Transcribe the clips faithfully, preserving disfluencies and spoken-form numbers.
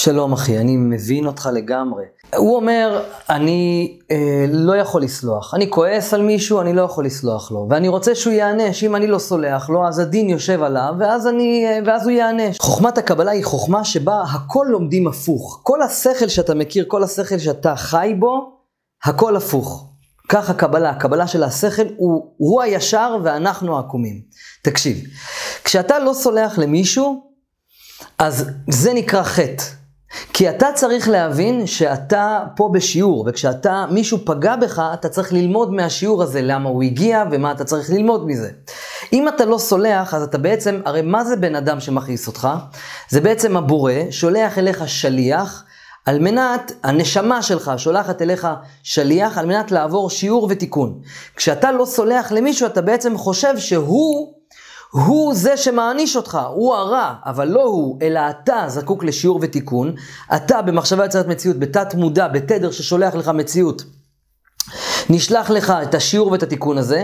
שלום אחי, אני מבין אותך לגמרי. הוא אומר, אני אה, לא יכול לסלוח. אני כועס על מישהו, אני לא יכול לסלוח לו. ואני רוצה שהוא יענש. אם אני לא סולח לו, אז הדין יושב עליו, ואז, אני, אה, ואז הוא יענש. חוכמת הקבלה היא חוכמה שבה הכל לומדים הפוך. כל השכל שאתה מכיר, כל השכל שאתה חי בו, הכל הפוך. כך הקבלה, הקבלה של השכל הוא, הוא הישר ואנחנו העקומים. תקשיב, כשאתה לא סולח למישהו, אז זה נקרא חטא. כי אתה צריך להבין שאתה פה בשיעור, וכשאתה, מישהו פגע בך, אתה צריך ללמוד מהשיעור הזה, למה הוא הגיע ומה אתה צריך ללמוד מזה. אם אתה לא סולח, אז אתה בעצם, הרי מה זה בן אדם שמכעיס אותך? זה בעצם הבורא, שולח אליך שליח, על מנת, הנשמה שלך שולחת אליך שליח, על מנת לעבור שיעור ותיקון. כשאתה לא סולח למישהו, אתה בעצם חושב שהוא, הוא זה שמעניש אותך, הוא הרע, אבל לא הוא, אלא אתה זקוק לשיעור ותיקון. אתה במחשבה יוצרת מציאות, בתת מודע, בתדר ששולח לך מציאות. נשלח לך את השיעור ואת התיקון הזה,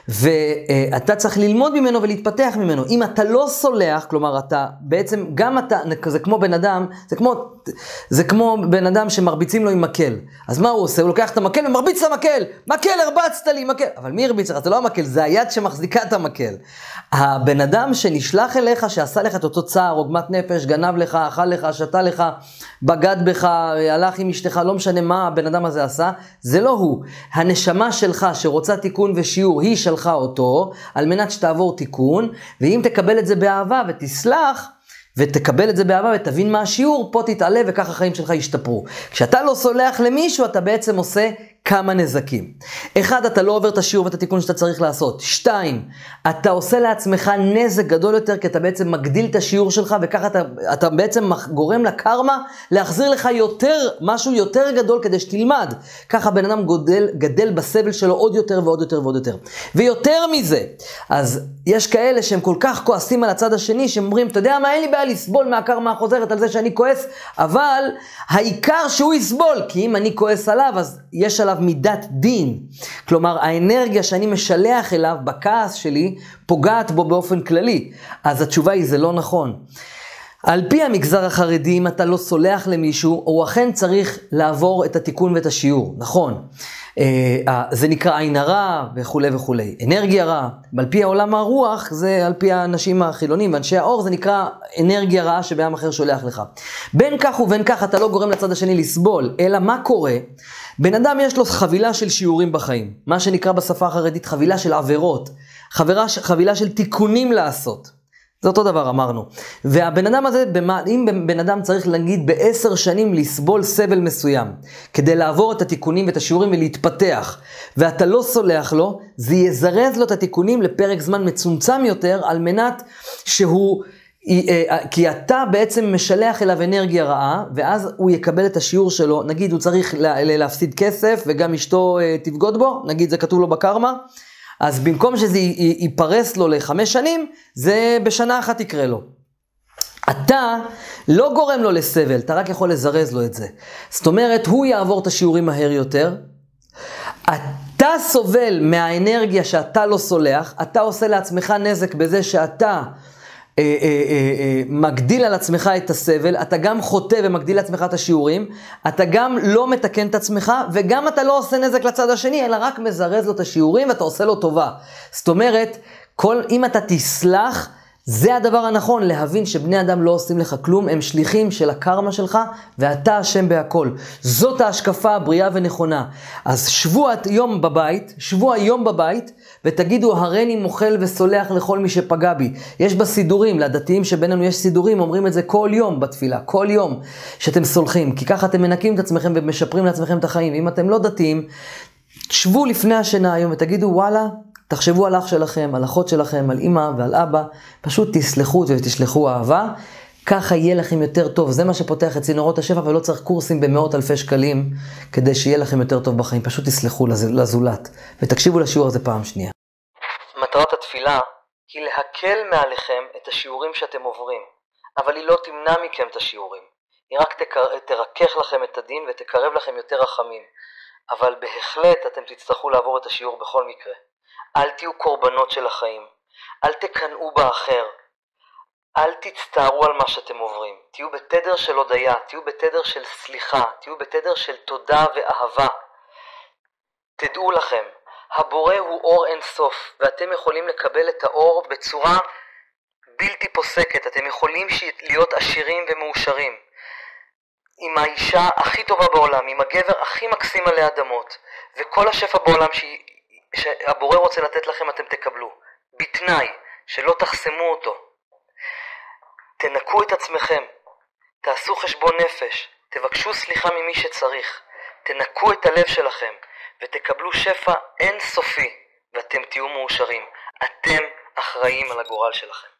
ואתה צריך ללמוד ממנו ולהתפתח ממנו. אם אתה לא סולח, כלומר אתה בעצם, גם אתה, זה כמו בן אדם, זה כמו, זה כמו בן אדם שמרביצים לו עם מקל. אז מה הוא עושה? הוא לוקח את המקל ומרביץ את המקל. מקל, הרבצת לי, מקל. אבל מי הרביץ לך? זה לא המקל, זה היד שמחזיקה את המקל. הבן אדם שנשלח אליך, שעשה לך את אותו צער, עוגמת נפש, גנב לך, אכל לך, שתה לך, בגד בך, הלך עם אשתך, לא משנה מה הבן אדם הזה עשה, זה לא הוא. הנשמה שלך שרוצה תיקון ושיעור, היא שלחה אותו, על מנת שתעבור תיקון, ואם תקבל את זה באהבה ותסלח, ותקבל את זה באהבה ותבין מה השיעור, פה תתעלה וכך החיים שלך ישתפרו. כשאתה לא סולח למישהו, אתה בעצם עושה כמה נזקים. אחד, אתה לא עובר את השיעור ואת התיקון שאתה צריך לעשות. שתיים, אתה עושה לעצמך נזק גדול יותר, כי אתה בעצם מגדיל את השיעור שלך, וככה אתה, אתה בעצם גורם לקרמה להחזיר לך יותר, משהו יותר גדול כדי שתלמד. ככה בן אדם גדל, גדל בסבל שלו עוד יותר ועוד יותר ועוד יותר. ויותר מזה, אז יש כאלה שהם כל כך כועסים על הצד השני, שהם אומרים, אתה יודע מה, אין לי בעיה לסבול מהקרמה החוזרת על זה שאני כועס, אבל העיקר שהוא יסבול, כי אם אני כועס עליו, אז יש עליו מידת דין. כלומר, האנרגיה שאני משלח אליו בכעס שלי, פוגעת בו באופן כללי. אז התשובה היא, זה לא נכון. על פי המגזר החרדי, אם אתה לא סולח למישהו, הוא אכן צריך לעבור את התיקון ואת השיעור. נכון. זה נקרא עין הרע וכו' וכו'. אנרגיה רע. על פי העולם הרוח, זה על פי האנשים החילונים ואנשי האור, זה נקרא אנרגיה רעה שבעם אחר שולח לך. בין כך ובין כך אתה לא גורם לצד השני לסבול, אלא מה קורה? בן אדם יש לו חבילה של שיעורים בחיים, מה שנקרא בשפה החרדית חבילה של עבירות, חבילה, חבילה של תיקונים לעשות. זה אותו דבר אמרנו. והבן אדם הזה, אם בן אדם צריך להגיד בעשר שנים לסבול סבל מסוים, כדי לעבור את התיקונים ואת השיעורים ולהתפתח, ואתה לא סולח לו, זה יזרז לו את התיקונים לפרק זמן מצומצם יותר, על מנת שהוא, כי אתה בעצם משלח אליו אנרגיה רעה, ואז הוא יקבל את השיעור שלו. נגיד הוא צריך להפסיד כסף, וגם אשתו תבגוד בו, נגיד זה כתוב לו בקרמה, אז במקום שזה ייפרס לו לחמש שנים, זה בשנה אחת יקרה לו. אתה לא גורם לו לסבל, אתה רק יכול לזרז לו את זה. זאת אומרת, הוא יעבור את השיעורים מהר יותר. אתה סובל מהאנרגיה שאתה לא סולח, אתה עושה לעצמך נזק בזה שאתה אה, אה, אה, מגדיל על עצמך את הסבל, אתה גם חוטא ומגדיל לעצמך את השיעורים, אתה גם לא מתקן את עצמך, וגם אתה לא עושה נזק לצד השני, אלא רק מזרז לו את השיעורים ואתה עושה לו טובה. זאת אומרת, כל, אם אתה תסלח, זה הדבר הנכון, להבין שבני אדם לא עושים לך כלום, הם שליחים של הקרמה שלך, ואתה אשם בהכל. זאת ההשקפה הבריאה ונכונה. אז שבו היום בבית, שבו היום בבית, ותגידו, הריני מוחל וסולח לכל מי שפגע בי. יש בסידורים, לדתיים שבינינו יש סידורים, אומרים את זה כל יום בתפילה, כל יום שאתם סולחים, כי ככה אתם מנקים את עצמכם ומשפרים לעצמכם את החיים. אם אתם לא דתיים, שבו לפני השינה היום ותגידו, וואלה, תחשבו על אח שלכם, על אחות שלכם, על אמא ועל אבא, פשוט תסלחו ותשלחו אהבה, ככה יהיה לכם יותר טוב. זה מה שפותח את צינורות השפע, ולא צריך קורסים במאות אלפי שקלים, כדי שיהיה לכם יותר טוב בחיים. פשוט תסלחו לזולת, ותקשיבו לשיעור הזה פעם שנייה. מטרת התפילה היא להקל מעליכם את השיעורים שאתם עוברים, אבל היא לא תמנע מכם את השיעורים. היא רק תרכך לכם את הדין ותקרב לכם יותר רחמים. אבל בהחלט אתם תצטרכו לעבור את השיעור בכל מקרה. אל תהיו קורבנות של החיים. אל תקנאו באחר. אל תצטערו על מה שאתם עוברים. תהיו בתדר של הודיה, תהיו בתדר של סליחה, תהיו בתדר של תודה ואהבה. תדעו לכם, הבורא הוא אור אין סוף, ואתם יכולים לקבל את האור בצורה בלתי פוסקת. אתם יכולים להיות עשירים ומאושרים. עם האישה הכי טובה בעולם, עם הגבר הכי מקסים עלי אדמות, וכל השפע בעולם ש... שהבורא רוצה לתת לכם אתם תקבלו. בתנאי שלא תחסמו אותו. תנקו את עצמכם, תעשו חשבון נפש, תבקשו סליחה ממי שצריך, תנקו את הלב שלכם ותקבלו שפע אין סופי ואתם תהיו מאושרים. אתם אחראים על הגורל שלכם.